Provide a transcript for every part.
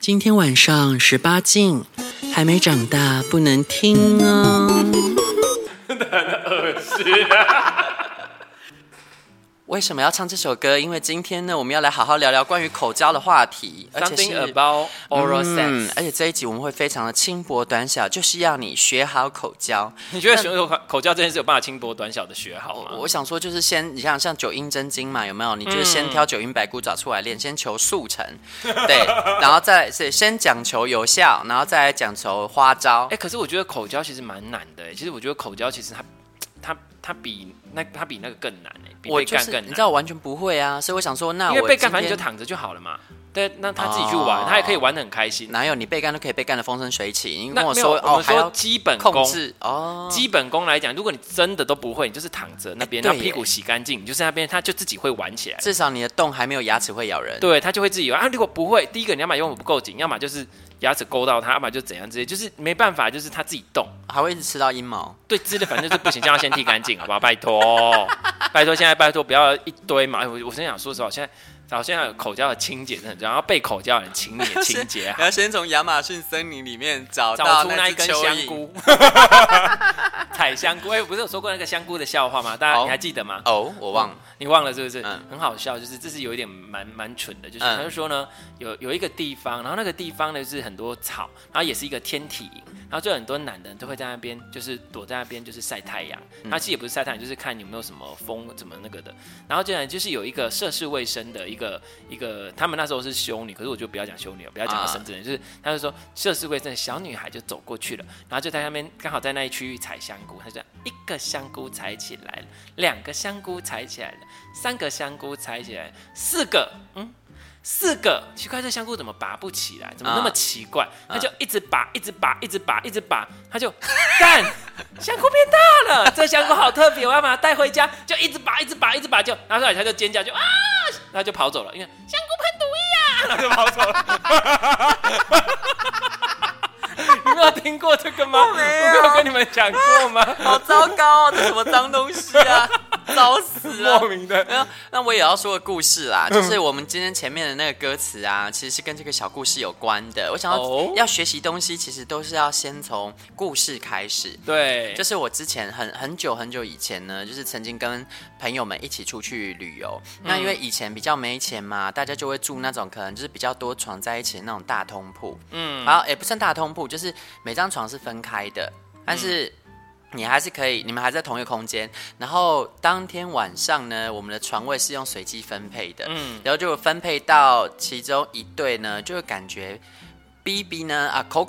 今天晚上18禁，还没长大不能听哦。 真的很恶心啊！ 为什么要唱这首歌？因为今天呢，我们要来好好聊聊关于口交的话题，而且是 Something about oral sex。 而且这一集我们会非常的轻薄短小，就是要你学好口交。 你觉得学口交这件事有办法轻薄短小的学好吗？ 我想说，就是先你像九阴真经嘛，有没有？你就是先挑九阴白骨爪出来练，先求速成，对，然后再来是先讲求有效，然后再来讲求花招。 可是我觉得口交其实蛮难的。其实我觉得口交其实它比那个更难比被干更难。 你知道我完全不会啊，所以我想说，那因为被干反正你就躺着就好了嘛。对，那他自己去玩，他也可以玩得很开心。 哪有你被干都可以被干得风生水起？你跟我说我们说基本控制哦。 基本功来讲，如果你真的都不会，你就是躺着那边，然后屁股洗干净，你就是那边，他就自己会玩起来。 至少你的洞还没有牙齿会咬人。 对，他就会自己玩啊。如果不会，第一个你要么用不够紧，要么就是牙齿勾到他，要么就怎样之类，就是没办法，就是他自己动， 还会一直吃到阴毛。 对，吃的反正就是不行，这样先剃干净，好不好？拜托，拜托，现在拜托不要一堆嘛。我真想说实话，现在有口交的清洁很重要，然后被口交的人请你也清洁好。 要先从亚马逊森林里面找出那一根香菇，采香菇。不是有说过那个香菇的笑话吗？大家你还记得吗？ 我忘了， 你忘了是不是？很好笑，就是这是有一点蛮蠢的，就是他就说呢，有一个地方，然后那个地方呢是很多草，然后也是一个天体营，然后就很多男人都会在那边，就是躲在那边就是晒太阳。他其实也不是晒太阳，就是看有没有什么风怎么那个的。然后竟然就是有一个涉世未深的一个，他们那时候是修女，可是我就不要讲修女了，不要讲到神之人，就是他就说涉世未深的小女孩就走过去了，然后就在那边刚好在那一区域采香菇，他就一个香菇采起来了，2个香菇采起来了，3个香菇采起来了，4个，奇怪，这香菇怎么拔不起来？怎么那么奇怪？他就一直拔，他就干，香菇变大了，这香菇好特别，我要把它带回家，就一直拔，就拿出来，他就尖叫，就啊，然后就跑走了，因为香菇喷毒液啊，然后就跑走了。你没有听过这个吗？我没有跟你们讲过吗？ 好糟糕哦，这什么脏东西啊！糟死了， 莫名的。 那我也要说个故事啦，就是我们今天前面的那个歌词啊，其实是跟这个小故事有关的。我想要学习东西，其实都是要先从故事开始。 对， 就是我之前很久以前呢，就是曾经跟朋友们一起出去旅游。那因为以前比较没钱嘛，大家就会住那种可能就是比较多床在一起的那种大通铺。然后也不算大通铺，就是每张床是分开的，但是你还是可以，你们还在同一个空间。然后当天晚上呢，我们的床位是用随机分配的，然后就分配到其中一对呢，就会感觉 BB 呢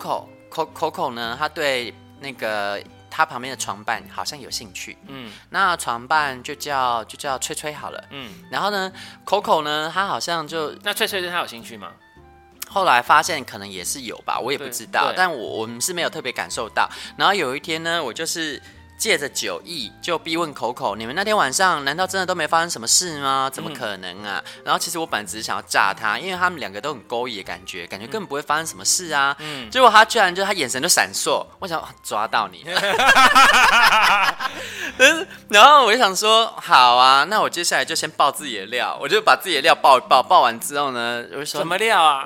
Coco 呢，他对那个他旁边的床伴好像有兴趣，那床伴就叫吹吹好了，然后呢 Coco 呢，他好像就那吹吹对他有兴趣吗？ 后来发现可能也是有吧，我也不知道，但我们是没有特别感受到。然后有一天呢，我就是借着酒意就逼问 Coco， 你们那天晚上难道真的都没发生什么事吗？怎么可能啊？然后其实我本来只是想要炸他，因为他们2个都很勾引的感觉根本不会发生什么事啊。结果他居然他眼神就闪烁，我想抓到你。然后我就想说，好啊，那我接下来就先爆自己的料，我就把自己的料爆一爆，爆完之后呢，我就说什么料啊？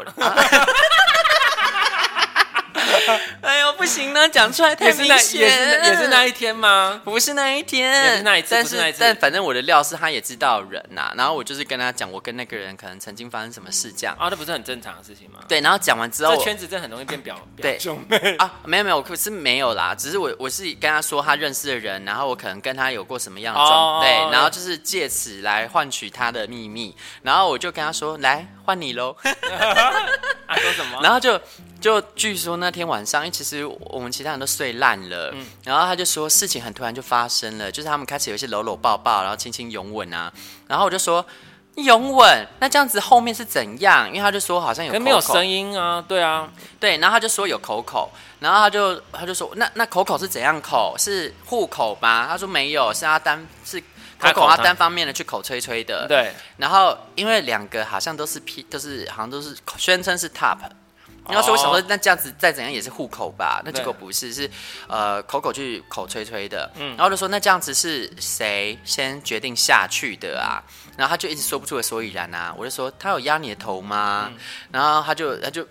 哎呦，不行呢，讲出来太明显。 也是那一天吗？ 不是那一天， 也是那一次， 但反正我的料是他也知道人呐，然后我就是跟他讲，我跟那个人可能曾经发生什么事这样。 那不是很正常的事情吗？ 对，然后讲完之后， 这圈子真的很容易变表兄妹啊，没有，可是没有啦，只是我是跟他说他认识的人，然后我可能跟他有过什么样的状态，对，然后就是借此来换取他的秘密，然后我就跟他说，来换你喽。 说什么？ 然后就据说那天晚上，因为其实我们其他人都睡烂了，然后他就说事情很突然就发生了，就是他们开始有一些搂搂抱抱，然后亲亲拥吻啊，然后我就说拥吻，那这样子后面是怎样？因为他就说好像有口口， 可没有声音啊，对啊， 对，然后他就说有口口，然后他就说那口口是怎样口？是互口吗？他说没有，是他口他单方面的去口吹吹的， 对， 然后因为2个好像都是宣称是 top。然后说我想说，那这样子再怎样也是户口吧？那结果不是，是口去口吹吹的。然后就说那这样子是谁先决定下去的啊？然后他就一直说不出个所以然啊。我就说他有压你的头吗？然后他就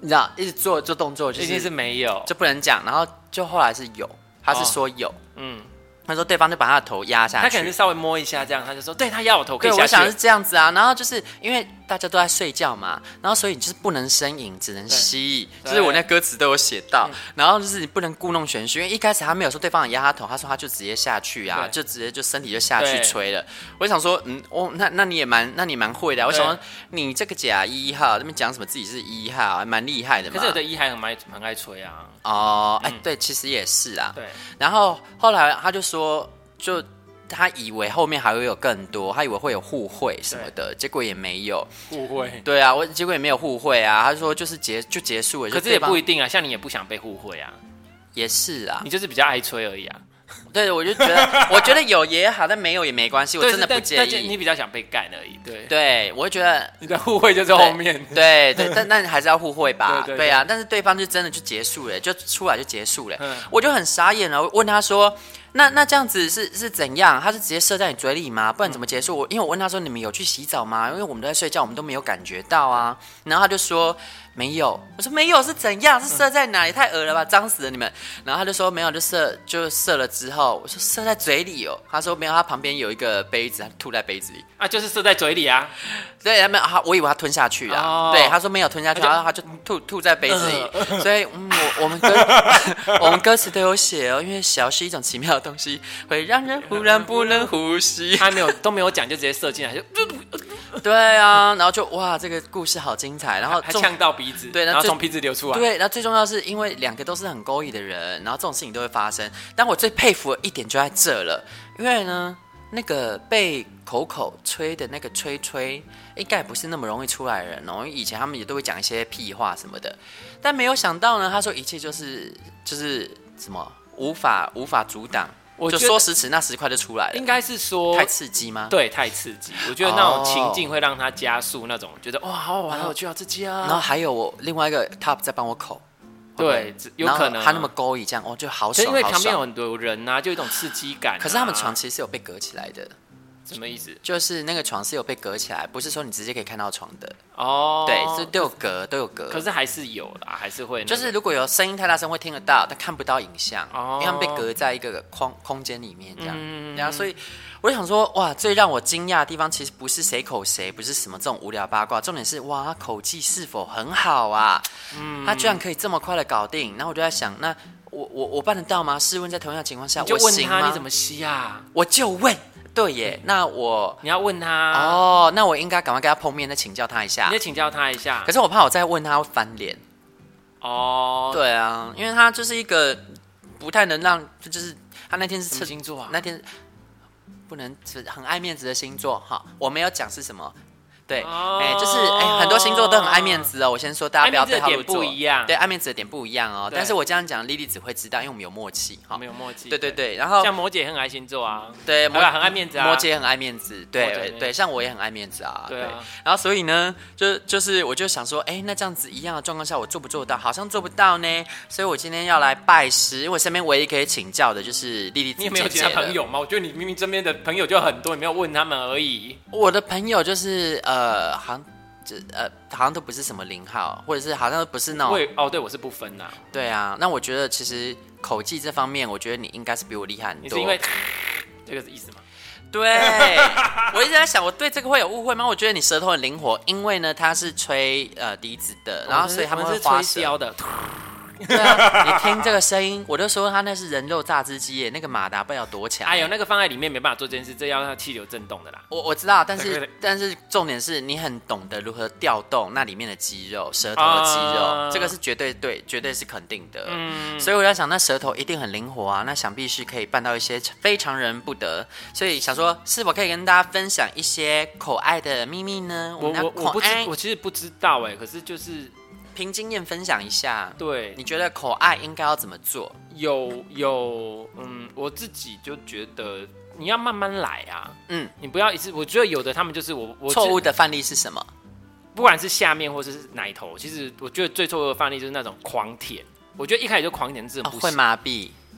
你知道一直做动作，就是一定是没有， 就不能讲，然后就后来是有，他是说有，他说对方就把他的头压下去， 他可能是稍微摸一下这样，他就说对他压我头可以下去。 对，我想是这样子啊。然后就是因为大家都在睡觉嘛，然后所以你就是不能呻吟，只能吸，就是我那歌词都有写到。然后就是你不能故弄玄虚，因为一开始他没有说对方压他头，他说他就直接下去啊，就直接就身体就下去吹了。我想说，那你也蛮会的。我想说你这个假1号那边讲什么自己是1号，还蛮厉害的嘛。 可是有的1还很爱吹啊。 哦，对，其实也是啊。 对。 然后后来他就说，他以为后面还会有更多，他以为会有互惠什么的，结果也没有互惠。 对啊，结果也没有互惠啊。他说就是结束了。 可是也不一定啊，像你也不想被互惠啊。 也是啊， 你就是比较爱吹而已啊。 对，我就觉得，我觉得有也好，但没有也没关系，我真的不介意。 你比较想被干而已， 对，我会觉得你的互惠就在后面。 对，但还是要互惠吧。对啊，但是对方就真的就结束了，就出来就结束了，我就很傻眼了。我问他说，那这样子是怎样？他是直接射在你嘴里吗？不然怎么结束？因为我问他说，你们有去洗澡吗？因为我们都在睡觉，我们都没有感觉到啊。然后他就说没有。我说没有是怎样？是射在哪里？太恶了吧，脏死了你们。然后他就说没有，就射了之后，我说射在嘴里哦。他说没有，他旁边有一个杯子，他吐在杯子里啊，就是射在嘴里啊。 对，我以为他吞下去了。对，他说没有吞下去，然后他就吐在杯子里。所以我们歌词都有写哦，因为小是一种奇妙的东西，会让人忽然不能呼吸。 他都没有讲，就直接射进来就。 对啊，然后就哇，这个故事好精彩，然后还呛到鼻子， 对， 然后从鼻子流出来。 对，然后最重要是因为两个都是很勾引的人，然后这种事情都会发生。但我最佩服的一点就在这了，因为呢，那个被口吹的那个吹，应该也不是那么容易出来的人哦。因为以前他们也都会讲一些屁话什么的，但没有想到呢，他说一切就是什么无法阻挡。就说时迟那时快就出来了， 应该是说太刺激吗？ 对，太刺激。我觉得那种情境会让他加速那种，觉得哇，好好玩，好有趣啊，刺激啊。 然后还有我另外一个 top 在帮我口， 对，有可能他那么勾引这样，就好爽。 因为旁边有很多人啊，就有一种刺激感。 可是他们床其实是有被隔起来的。 什么意思？ 就是那个床是有被隔起来，不是说你直接可以看到床的哦。 对，这都有隔。 可是还是有啦，还是会。 就是如果有声音太大声会听得到，但看不到影像，因为他们被隔在一个空间里面这样。然后所以我就想说，哇，最让我惊讶的地方其实不是谁口谁，不是什么这种无聊八卦，重点是哇，他口技是否很好啊？他居然可以这么快的搞定。然后我就在想，那我办得到吗？试问在同样的情况下， 你就问他你怎么吸啊？ 我就问。对耶，那你要问他哦，那我应该赶快跟他碰面，再请教他一下。 你再请教他一下， 可是我怕我再问他会翻脸。 哦， 对啊，因为他就是一个不太能让，就是他那天是什么星座啊？ 那天不能很爱面子的星座哈，我没有讲是什么。对，就是很多星座都很爱面子哦。我先说，大家不要对号入座。 不一样， 对，爱面子的点不一样哦。但是我这样讲，莉莉只会知道，因为我们有默契哈。 没有默契。 对，然后像摩羯很爱星座啊， 对， 很爱面子啊。 摩羯很爱面子，对，像我也很爱面子啊。 对， 然后所以呢，就是我就想说，那这样子一样的状况下，我做不做到？好像做不到呢。所以我今天要来拜师，因为我身边唯一可以请教的就是莉莉。 你有没有其他朋友吗？我觉得你明明身边的朋友就很多，你没有问他们而已。 我的朋友就是好像都不是什么0号，或者是好像不是那种对，我是不分呐。 对啊，那我觉得其实口技这方面，我觉得你应该是比我厉害很多。 你是因为这个意思吗？ 对，我一直在想，我对这个会有误会吗？我觉得你舌头很灵活，因为呢，他是吹笛子的，然后所以他们会吹箫的。 对啊，你听这个声音，我就说他那是人肉榨汁机耶，那个马达不知道多强。 哎呦，那个放在里面没办法做这件事，这要气流震动的啦。 我知道，但是重点是你很懂得如何调动那里面的肌肉，舌头的肌肉，这个是绝对是肯定的。所以我在想，那舌头一定很灵活啊，那想必是可以办到一些非常人不得。所以想说，是否可以跟大家分享一些口爱的秘密呢？ 我其实不知道可是就是。 凭经验分享一下， 对， 你觉得口爱应该要怎么做？ 我自己就觉得你要慢慢来啊，你不要一次。我觉得有的他们就是我错误的范例是什么？ 不管是下面或者是奶头，其实我觉得最错误的范例就是那种狂舔。我觉得一开始就狂舔这种不行， 会麻痹。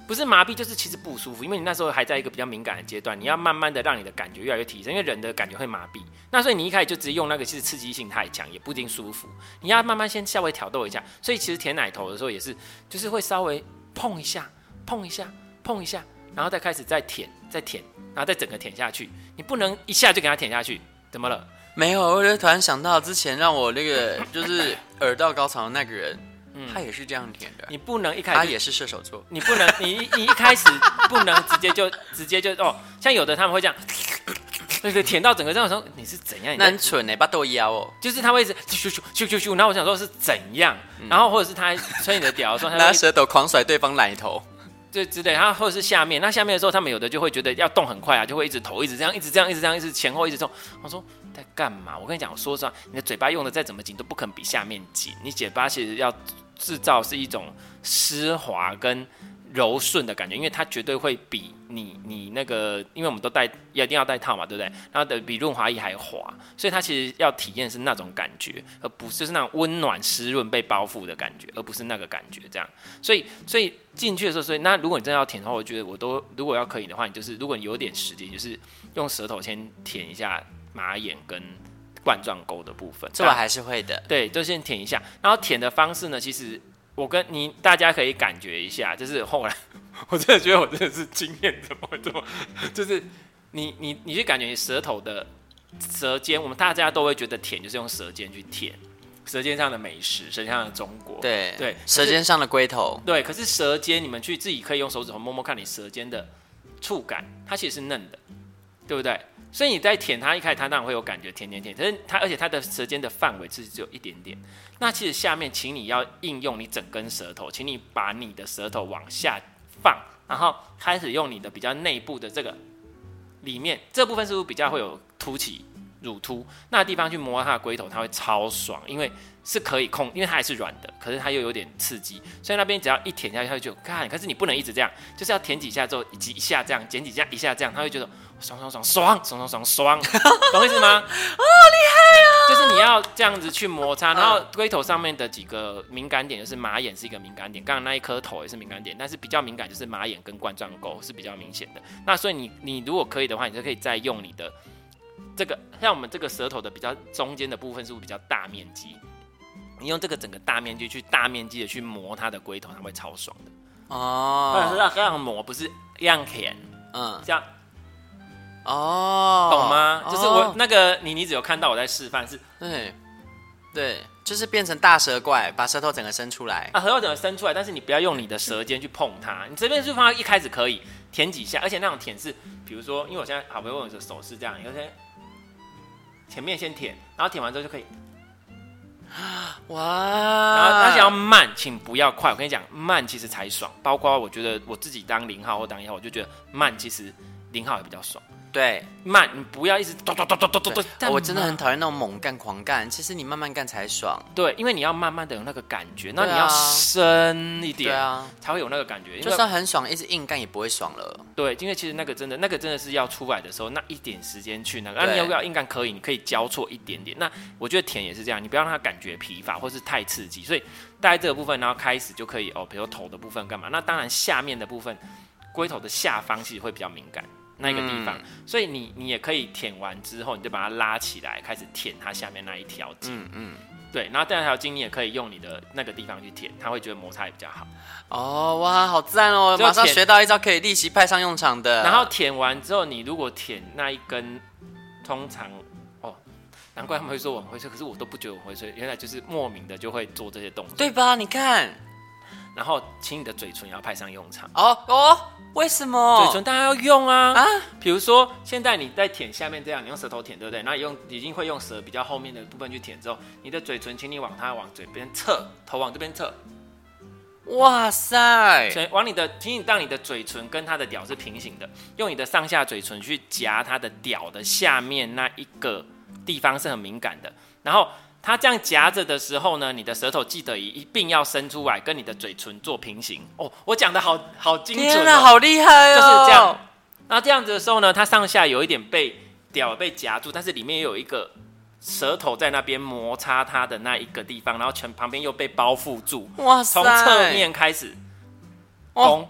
不是麻痹，就是其实不舒服，因为你那时候还在一个比较敏感的阶段，你要慢慢的让你的感觉越来越提升，因为人的感觉会麻痹。那所以你一开始就直接用那个，其实刺激性太强，也不一定舒服。你要慢慢先稍微挑逗一下。所以其实舔奶头的时候也是，就是会稍微碰一下，碰一下，碰一下，然后再开始再舔，再舔，然后再整个舔下去。你不能一下就给它舔下去，怎么了？ 没有，我就突然想到之前让我那个就是耳到高潮的那个人。他也是这样舔的， 你不能一开始， 他也是射手座， 你不能，你一开始不能直接就哦，像有的他们会这样，对，舔到整个这样的时候，你是怎样？ 那很蠢把豆腰哦， 就是他会一直咻咻咻咻咻，然后我想说是怎样，然后或者是他吹你的屌的时候， 拿舌头狂甩对方奶头， 对之类，然后或者是下面，那下面的时候，他们有的就会觉得要动很快啊，就会一直头一直这样，一直这样，一直这样，一直前后一直动。我说在干嘛？我跟你讲，我说实话，你的嘴巴用的再怎么紧，都不可能比下面紧。你嘴巴其实要制造是一种湿滑跟柔顺的感觉，因为它绝对会比你那个，因为我们都一定要戴套嘛，对不对？然后比润滑液还滑，所以它其实要体验是那种感觉，而不是那种温暖湿润被包覆的感觉，而不是那个感觉这样。所以进去的时候，那如果你真的要舔的话，我觉得如果要可以的话，你就是如果你有点时间，就是用舌头先舔一下马眼跟冠状沟的部分， 这我还是会的。 对，就先舔一下，然后舔的方式呢，其实我跟你大家可以感觉一下，就是后来我真的觉得我真的是经验怎么会这么，就是你去感觉你舌头的舌尖，我们大家都会觉得舔就是用舌尖去舔。舌尖上的美食，舌尖上的中国， 对，舌尖上的龟头， 对。可是舌尖，你们去自己可以用手指头摸摸看你舌尖的触感，它其实是嫩的，对不对？所以你在舔它，一开始它当然会有感觉，舔，可是而且它的舌尖的范围其实只有一点点。那其实下面，请你要应用你整根舌头，请你把你的舌头往下放，然后开始用你的比较内部的这个里面这部分，是不是比较会有凸起？乳突那个地方去摸它的龟头，它会超爽，因为是可以控，因为它还是软的，可是它又有点刺激，所以那边只要一舔下去，它就觉得看，可是你不能一直这样，就是要舔几下之后，一下这样，舔几下一下这样，它会觉得爽，懂意思吗？哦，好厉害哦！就是你要这样子去摩擦，然后龟头上面的几个敏感点，就是马眼是一个敏感点，刚刚那一颗头也是敏感点，但是比较敏感就是马眼跟冠状沟是比较明显的。那所以你如果可以的话，你就可以再用你的。这个像我们这个舌头的比较中间的部分是不是比较大面积？你用这个整个大面积的去磨它的龟头，它会超爽的哦。但是这样磨不是这样舔，这样哦，懂吗？就是我那个你只有看到我在示范是， 对，就是变成大舌怪，把舌头整个伸出来啊，舌头整个伸出来，但是你不要用你的舌尖去碰它，你这边是放到一开始可以舔几下，而且那种舔是，比如说，因为我现在好不容易我的手是这样，有些。前面先舔，然后舔完之后就可以，哇！然后而且要慢，请不要快。我跟你讲，慢其实才爽。包括我觉得我自己当0号或当1号，我就觉得慢其实0号也比较爽。 对， 慢，你不要一直咚。 我真的很讨厌那种猛干狂干，其实你慢慢干才爽。 对，因为你要慢慢的有那个感觉，那你要深一点，对啊，才会有那个感觉。 就算很爽，一直硬干也不会爽了。 对，因为其实那个真的是要出来的时候，那一点时间去那个。那你要不要硬干？可以，你可以交错一点点。那我觉得舔也是这样，你不要让它感觉疲乏或是太刺激。所以大概这个部分，然后开始就可以比如说头的部分干嘛？那当然下面的部分，龟头的下方其实会比较敏感。那个地方，所以你也可以舔完之后，你就把它拉起来，开始舔它下面那一条筋。对，然后第二条筋你也可以用你的那个地方去舔，它会觉得摩擦也比较好。 哦，哇，好赞哦！马上学到一招可以立即派上用场的。 然后舔完之后，你如果舔那一根，通常难怪他们会说我很会吹，可是我都不觉得我会吹，原来就是莫名的就会做这些动作， 对吧？你看。 然后，请你的嘴唇也要派上用场为什么？ 嘴唇当然要用啊！比如说，现在你在舔下面这样，你用舌头舔，对不对？那已经会用舌比较后面的部分去舔之后，你的嘴唇，请你往嘴边侧，头往这边侧。 哇塞！ 所以请你让你的嘴唇跟它的屌是平行的，用你的上下嘴唇去夹它的屌的下面那一个地方是很敏感的，然后。它这样夹着的时候呢，你的舌头记得一并要伸出来，跟你的嘴唇做平行。我讲的好精准， 天哪，好厉害哦！ 就是这样。然后这样子的时候呢，它上下有一点屌被夹住，但是里面也有一个舌头在那边摩擦它的那一个地方，然后旁边又被包覆住。哇塞！从侧面开始，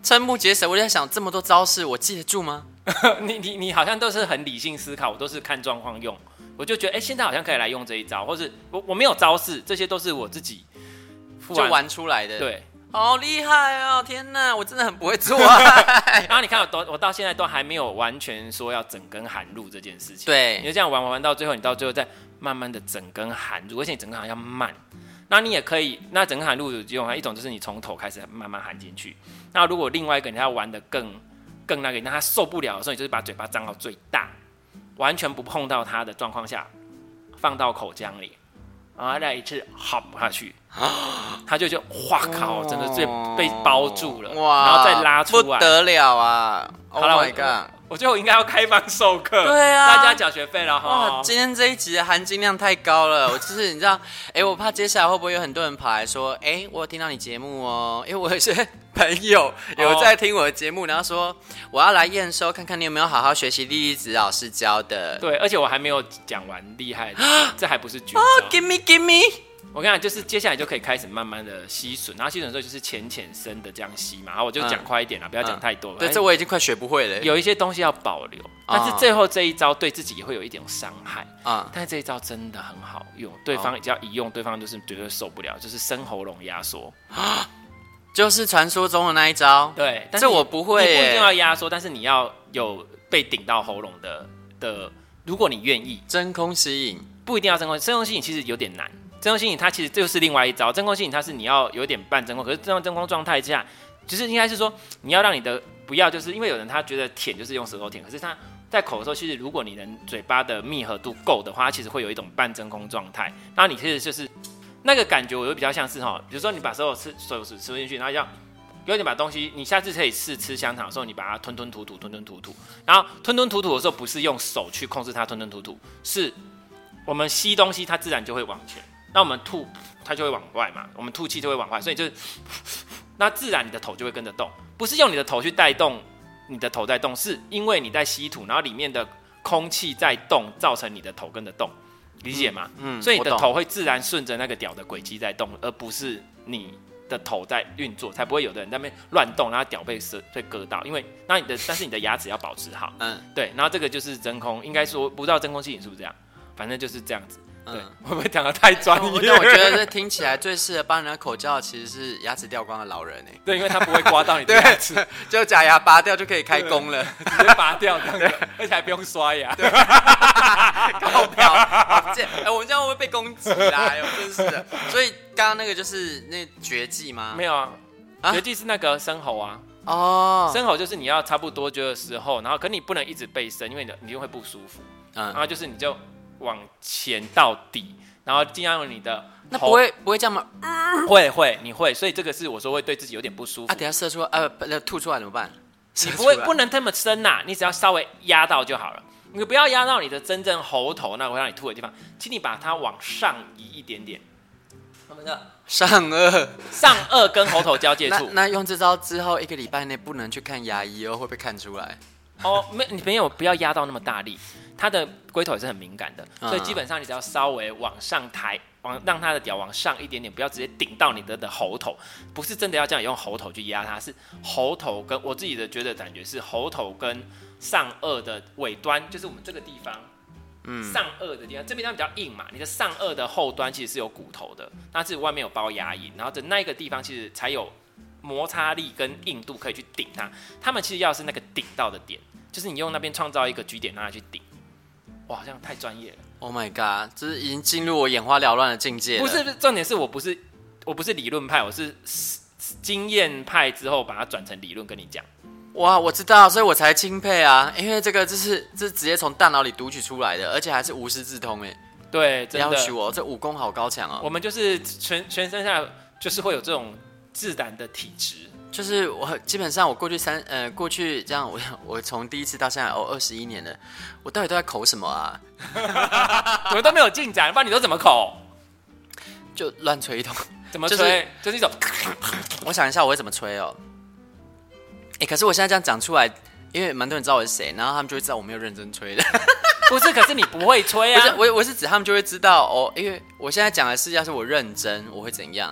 瞠目结舌。我在想，这么多招式，我记得住吗？ 你好像都是很理性思考，我都是看状况用。我就觉得，现在好像可以来用这一招，或是我没有招式，这些都是我自己就玩出来的。 对， 好厉害哦！天哪，我真的很不会做啊。 然后你看我到现在都还没有完全说要整根含入这件事情。 对， 你就这样玩到最后，你到最后再慢慢的整根含入，而且你整根含要慢。那你也可以，那整根含入有几种，一种就是你从头开始慢慢含进去。那如果另外一个你要玩的更那个，让他受不了的时候，你就是把嘴巴张到最大。完全不碰到它的状况下，放到口腔里，然后再一次hop下去，它就哇靠，整个被包住了，然后再拉出来， 不得了啊 ！Oh my god！ 我觉得我应该要开放授课， 对啊， 大家缴学费了哈。 今天这一集的含金量太高了，我就是你知道，我怕接下来会不会有很多人跑来说，我有听到你节目哦，因为我有些朋友有在听我的节目，然后说我要来验收，看看你有没有好好学习莉莉子老师教的。 对，而且我还没有讲完厉害的，这还不是绝招。 Give me！ 我跟你讲，就是接下来就可以开始慢慢的吸吮，然后吸吮的时候就是浅深的这样吸嘛。然后我就讲快一点啦，不要讲太多了。 对，这我已经快学不会了。 有一些东西要保留，但是最后这一招对自己也会有一点伤害啊。但是这一招真的很好用，对方只要一用，对方就是绝对受不了，就是生喉咙压缩。 就是传说中的那一招。 对，但是这我不会你不一定要压缩，但是你要有被顶到喉咙的，如果你愿意。 真空吸引不一定要真空吸引其实有点难。真空吸引它其实就是另外一招，真空吸引它是你要有点半真空，可是这种真空状态下，就是应该是说你要让你的不要，就是因为有人他觉得舔就是用舌头舔，可是他在口的时候，其实如果你的嘴巴的密合度够的话，它其实会有一种半真空状态，然后你其实就是那个感觉，我会比较像是比如说你把所有吃进去，然后要有点把东西，你下次可以试吃香肠的时候，你把它吞吞吐吐，然后吞吞吐吐的时候不是用手去控制它吞吞吐吐，是我们吸东西它自然就会往前。那我们吐，它就会往外嘛，我们吐气就会往外，所以就是，那自然你的头就会跟着动，不是用你的头去带动，你的头在动，是因为你在吸吐，然后里面的空气在动，造成你的头跟着动，理解吗？所以你的头会自然顺着那个屌的轨迹在动，而不是你的头在运作，才不会有的人在那边乱动，然后屌被割到，因为但是你的牙齿要保持好，对，然后这个就是真空，应该说不知道真空吸引是不是这样，反正就是这样子。对，会不会讲得太专业？ 但我觉得这听起来最适合帮人家口交的其实是牙齿掉光的老人对，因为他不会刮到你的牙齿， 就假牙拔掉就可以开工了， 直接拔掉这样子，而且还不用刷牙。 高票，我们这样会不会被攻击啦？真是的。所以刚刚那个就是那绝技吗？ 没有啊，绝技是那个生喉啊。生喉就是你要差不多的时候，然后可你不能一直背伸，因为你就会不舒服。然后就是你就往前到底，然后尽量用你的那不会这样吗？ 会，你会，所以这个是我说会对自己有点不舒服。 等一下射出吐出来怎么办？ 你不能这么深呐，你只要稍微压到就好了。你不要压到你的真正喉头那个会让你吐的地方，请你把它往上移一点点。 上颚跟喉头交界处。 那用这招之后，1个礼拜内不能去看牙医哦，会被看出来。 你朋友不要压到那么大力。它的龟头也是很敏感的，所以基本上你只要稍微往上抬，让它的屌往上一点点，不要直接顶到你的喉头，不是真的要这样用喉头去压它，是喉头跟我自己的觉得感觉是喉头跟上颚的尾端，就是我们这个地方，上颚的地方，这边它比较硬嘛，你的上颚的后端其实是有骨头的，但是外面有包牙龈，然后那一个地方其实才有摩擦力跟硬度可以去顶它，他们其实要的是那个顶到的点，就是你用那边创造一个据点让它去顶。哇，好像太专业了。 Oh my god， 这是已经进入我眼花缭乱的境界了。 不是，重点是我不是理论派，我是经验派之后把它转成理论跟你讲。 哇，我知道，所以我才钦佩啊，因为这是直接从大脑里读取出来的，而且还是无师自通哎。 对，真的。 要许我这武功好高强哦。 我们就是全身下就是会有这种自然的体质。 就是我基本上我过去这样我从第一次到现在21年了，我到底都在口什么啊？ 怎么都没有进展，不然你都怎么口？ 就乱吹一通。 怎么吹？就是一种。 我想一下我会怎么吹哦。可是我现在这样讲出来，因为蛮多人知道我是谁，然后他们就会知道我没有认真吹的。 不是，可是你不会吹啊。 不是，我是指他们就会知道哦，因为我现在讲的是要是我认真我会怎样。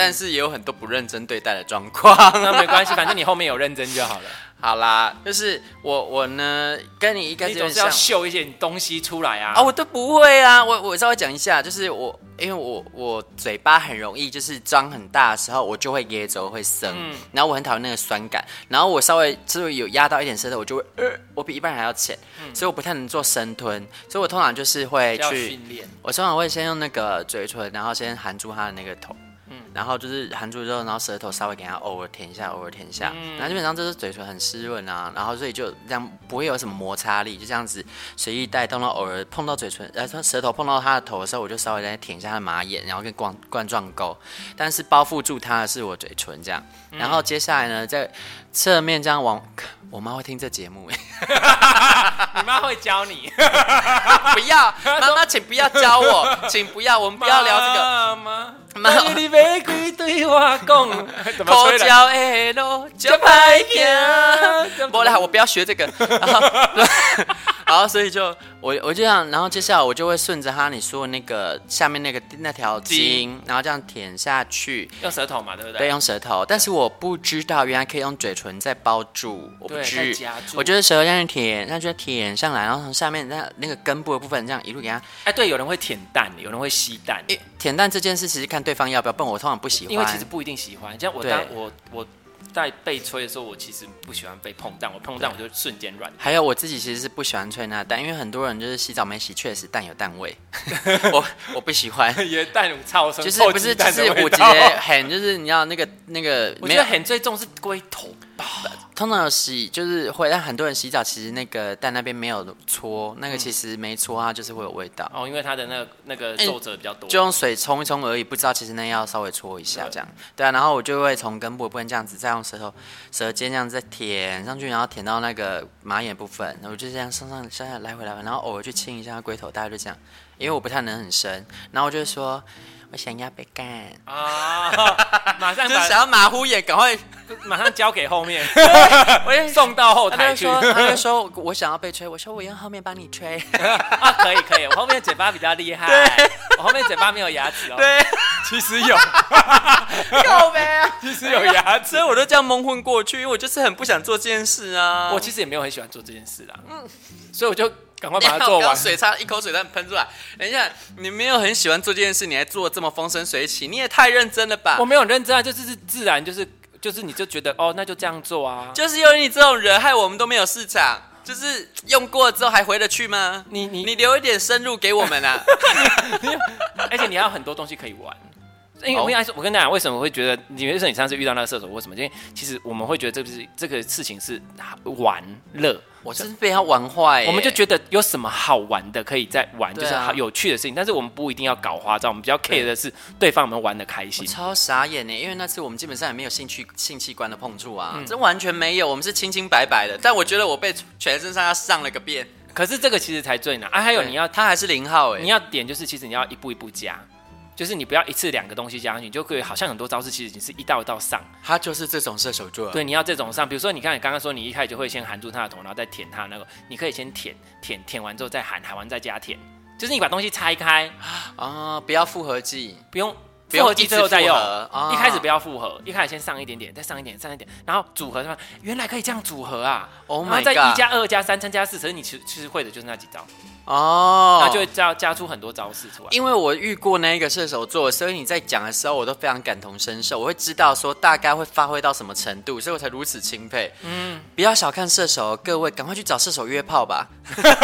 但是也有很多不认真对待的状况。 那没关系，反正你后面有认真就好了。 好啦，就是我呢，跟你一开始你总是要秀一些东西出来啊！ 我都不会啊，我稍微讲一下，就是因为我嘴巴很容易就是张很大的时候，我就会噎着会生，然后我很讨厌那个酸感，然后我稍微就是有压到一点舌头，我就会我比一般人还要浅，所以我不太能做深吞，所以我通常就是会去训练， 我通常会先用那个嘴唇，然后先含住它的那个头。然后就是含住之后，然后舌头稍微给它偶尔舔一下，偶尔舔一下，然后基本上就是嘴唇很湿润啊，然后所以就这样不会有什么摩擦力，就这样子随意带动，到偶尔碰到嘴唇，舌头碰到它的头的时候，我就稍微再舔一下它的马眼，然后跟冠状沟，但是包覆住它的是我嘴唇这样，然后接下来呢，在侧面这样我妈会听这节目你妈会教你？ 不要，妈妈请不要教我，请不要，我们不要聊这个。 妈，你玫瑰对我讲， 口角的路就歹行。不啦，我不要学这个。然后所以就我就这样，然后接下来我就会顺着你说的那个下面那条筋，然后这样舔下去。 用舌头嘛，对不对？ 对，用舌头。但是我不知道原来可以用嘴唇再包住，我不知。我觉得舌头这样舔，然后就舔上来，然后从下面那个根部的部分这样一路给它。 对，有人会舔蛋，有人会吸蛋。 舔蛋这件事其实看对方要不要，不然我通常不喜欢， 因为其实不一定喜欢。像我在被吹的时候，我其实不喜欢被碰蛋，我碰蛋我就瞬间软。还有我自己其实是不喜欢吹那个蛋，因为很多人就是洗澡没洗，确实蛋有蛋味，我不不喜欢。 也蛋有超生， 就是不是就是我直接很就是你要那个，我觉得很最重是龟头吧。 通常有洗就是会，但很多人洗澡其实那个蛋那边没有搓，那个其实没搓它就是会有味道。 因为它的那个皱褶比较多， 就用水冲一冲而已，不知道其实那要稍微搓一下这样。对啊，然后我就会从根部的部分这样子，再用舌尖这样子再舔上去，然后舔到那个马眼部分，然后我就这样上下来回，然后偶尔去亲一下龟头，大概就这样。因为我不太能很深，然后我就说。我想要被干马上就是想要马虎眼，赶快马上交给后面，送到后台去。 他就说我想要被吹，我说我用后面帮你吹。 可以，我后面嘴巴比较厉害，我后面嘴巴没有牙齿哦。 对， 其实有， 有呗， 其实有牙齿， 所以我就这样蒙混过去，因为我就是很不想做这件事啊。 我其实也没有很喜欢做这件事啦，所以我就。赶快把它做完。 水差一口水它喷出来。等一下，你没有很喜欢做这件事，你还做这么风生水起，你也太认真了吧？ 我没有认真啊，就是自然，就是你就觉得那就这样做啊。 就是有你这种人，害我们都没有市场。就是用过之后还回得去吗？你留一点深入给我们啊！ 而且你还有很多东西可以玩。因为我跟你讲，为什么会觉得你上次遇到那个射手，为什么？因为其实我们会觉得这个事情是玩乐。 我真是被他玩坏， 我们就觉得有什么好玩的可以再玩，就是好有趣的事情。但是我们不一定要搞花招，我们比较 care 的是对方有没有玩的开心。 我超傻眼呢，因为那次我们基本上也没有性器官的碰触啊，这完全没有，我们是清清白白的。但我觉得我被全身上下上了个遍。 可是这个其实才最难啊！还有他还是0号你要点就是其实你要一步一步加。就是你不要一次2个东西加上去，你就可以好像很多招式其实你是一道一道上。 他就是这种射手座。 对，你要这种上，比如说你看你刚刚说你一开始就会先含住他的头，然后再舔他那个，你可以先舔完之后再含完再加舔，就是你把东西拆开不要复合剂， 不用复合剂最后再用，一开始不要复合，一开始先上一点点，再上一点，上一点，然后组合，原来可以这样组合啊 ！Oh my god！ 然后再1加2加3加4，可是你其实会的就是那几招。然后就会加出很多招式出来。 因为我遇过那一个射手座，所以你在讲的时候，我都非常感同身受，我会知道说大概会发挥到什么程度，所以我才如此钦佩。不要小看射手，各位赶快去找射手约炮吧。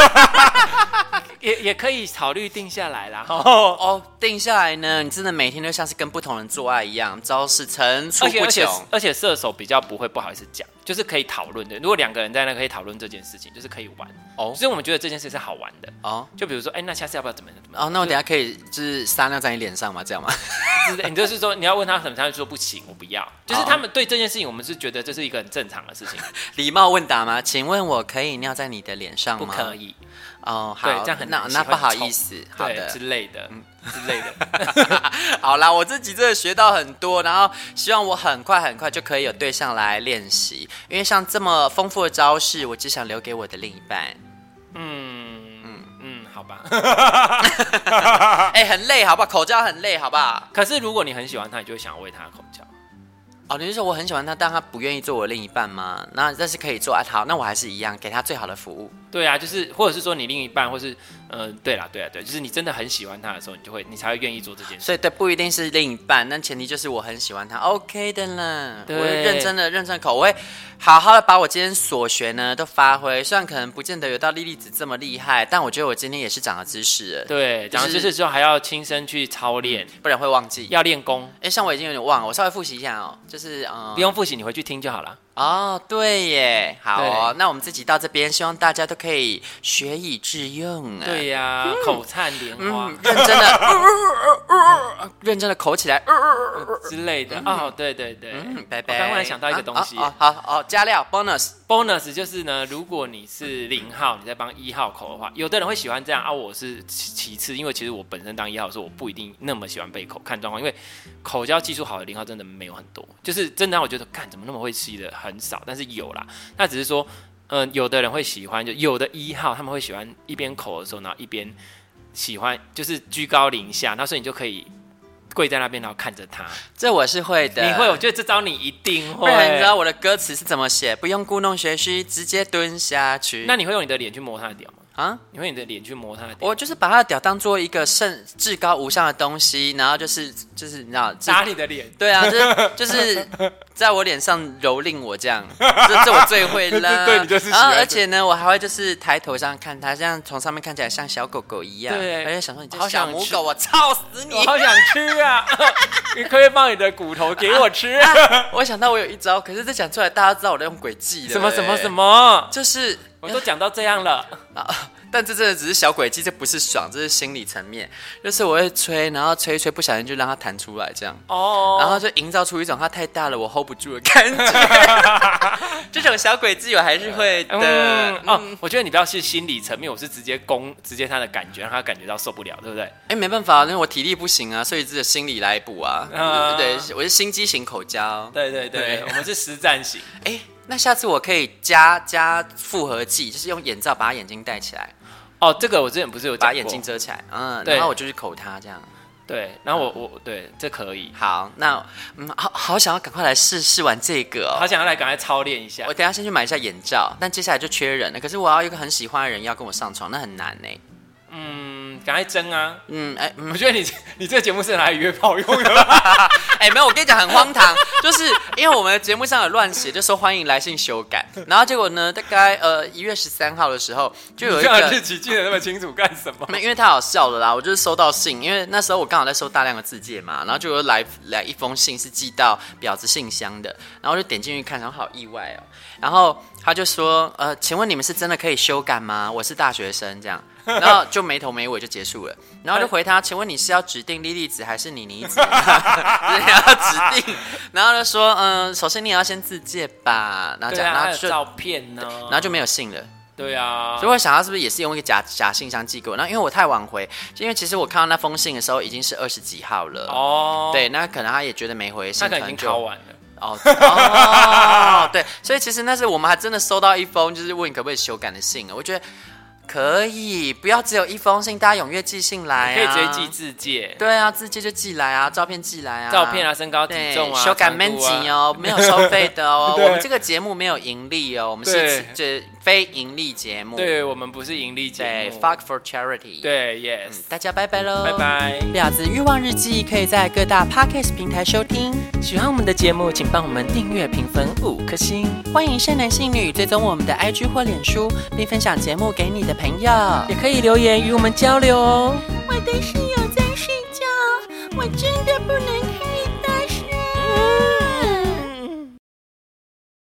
也可以考虑定下来啦。 定下来呢，你真的每天都像是跟不同人做爱一样，招式层出不穷。 而且射手比较不会不好意思讲，就是可以讨论的。如果2个人在那可以讨论这件事情，就是可以玩。所以我们觉得这件事是好玩的。就比如说，那下次要不要怎么样？ 那我等一下可以就是撒尿在你脸上吗？这样吗？ 你就是说你要问他什么，他就说不行，我不要。就是他们对这件事情，我们是觉得这是一个很正常的事情。 礼貌问答吗？请问我可以尿在你的脸上吗？ 不可以。 好， 对，这样很那不好意思，好的之类的，之类的。 好啦，我自己真的学到很多，然后希望我很快就可以有对象来练习，因为像这么丰富的招式，我只想留给我的另一半。 好吧。 哎、很累，好不好？口交很累，好不好？ 可是如果你很喜欢他，你就会想要喂他口交。 哦，你是说我很喜欢他，但他不愿意做我另一半吗？那但是可以做啊。好，那我还是一样给他最好的服务。 对啊，就是或者是说你另一半，或是对，就是你真的很喜欢他的时候，你才会愿意做这件事。 所以对，不一定是另一半，但前提就是我很喜欢他 ，OK 的啦。 对， 我会认真口，我会好好的把我今天所学呢都发挥。虽然可能不见得有到莉莉子这么厉害，但我觉得我今天也是长了知识了。 对，长了知识之后还要亲身去操练， 不然会忘记。 要练功。 哎，像我已经有点忘了，我稍微复习一下哦，就是不用复习，你回去听就好了。 哦，对耶，好哦，那我们这集到这边，希望大家都可以学以致用啊。 对呀，口灿莲花， 认真的口起来， 之类的。哦，对， 拜拜。 我刚刚想到一个东西， 好，加料 bonus 就是呢，如果你是0号，你在帮1号口的话，有的人会喜欢这样啊，我是其次，因为其实我本身当1号的时候，我不一定那么喜欢被口，看状况，因为口交技术好的0号真的没有很多，就是真的让我觉得，干怎么那么会吸的很少，但是有啦，那只是说，有的人会喜欢，就有的1号他们会喜欢一边口的时候，然后一边喜欢就是居高临下，那所以你就可以跪在那边，然后看着他。 这我是会的， 你会？我觉得这招你一定会。 不然你知道我的歌词是怎么写？不用故弄玄虚，直接蹲下去。 那你会用你的脸去摸他的屌吗？ 啊！ 你会用你的脸去摸他的屌？ 我就是把他的屌当做一个至高无上的东西，然后就是你知道打你的脸。 对啊，就是在我脸上蹂躏我这样，这我最会啦。 对，你就是喜欢。 然后而且呢，我还会就是抬头上看他，这样从上面看起来像小狗狗一样。 对， 而且想说你这小母狗，我操死你！ 我好想吃啊！你可以放你的骨头给我吃。 我想到我有一招，可是这讲出来，大家知道我在用诡计的。 什么？ 就是我都讲到这样了。 但这真的只是小诡计，这不是爽，这是心理层面。就是我会吹，然后吹一吹，不小心就让它弹出来，这样。哦。然后就营造出一种它太大了，我 hold 不住的感觉。这种小诡计我还是会的。 我觉得你不要是心理层面，我是直接他的感觉，让他感觉到受不了，对不对？ 哎，没办法，因为我体力不行啊，所以只有心理来补啊。对，我是心机型口交。 对，我们是实战型。 哎。那下次我可以加复合剂，就是用眼罩把他眼睛戴起来。 哦，这个我之前不是有讲过， 把眼睛遮起来，然后我就去口他这样。 对，然后我对，这可以。 好，那好想要赶快来试完这个哦， 好想要来赶快操练一下。 我等一下先去买一下眼罩，但接下来就缺人了。可是我要一个很喜欢的人要跟我上床，那很难呢。 赶快争啊！我觉得你这个节目是拿来约炮用的。 哎，没有，我跟你讲很荒唐，就是因为我们的节目上有乱写，就说欢迎来信修改，然后结果呢，大概1月13号的时候，就有一个这样日期记得那么清楚干什么？ 因为太好笑了啦，我就是收到信，因为那时候我刚好在收大量的自介嘛，然后就有来一封信是寄到婊子信箱的，然后就点进去看，然后好意外哦，然后他就说请问你们是真的可以修改吗？我是大学生这样。然后就没头没尾就结束了，然后就回他，请问你是要指定莉莉子还是妮妮子？就是你要指定，然后就说，首先你也要先自介吧，然后然后就照片呢， 然后就没有信了。 对啊， 所以我想他是不是也是用一个假信箱寄给我？那因为我太晚回，因为其实我看到那封信的时候已经是20几号了。哦，对，那可能他也觉得没回信， 他可能已经考完了。 对，所以其实那是我们还真的收到一封就是问可不可以修改的信，我觉得。可以，不要只有一封信，大家踊跃寄信来啊！ 可以直接寄自介。 对啊，自介就寄来啊，照片寄来啊， 照片啊，身高体重啊， 修改免钱哦，没有收费的哦。我们这个节目没有盈利哦，我们是非盈利节目。 对，我们不是盈利节目。 对 ，Fuck for charity。 对 ，Yes。 大家拜拜喽， 拜拜。 婊子欲望日记可以在各大 Podcast 平台收听。 喜欢我们的节目，请帮我们订阅、评分5颗星。 欢迎善男信女追踪我们的 IG 或脸书，并分享节目给你的朋友。 也可以留言与我们交流哦。 我的室友在睡觉，我真的不能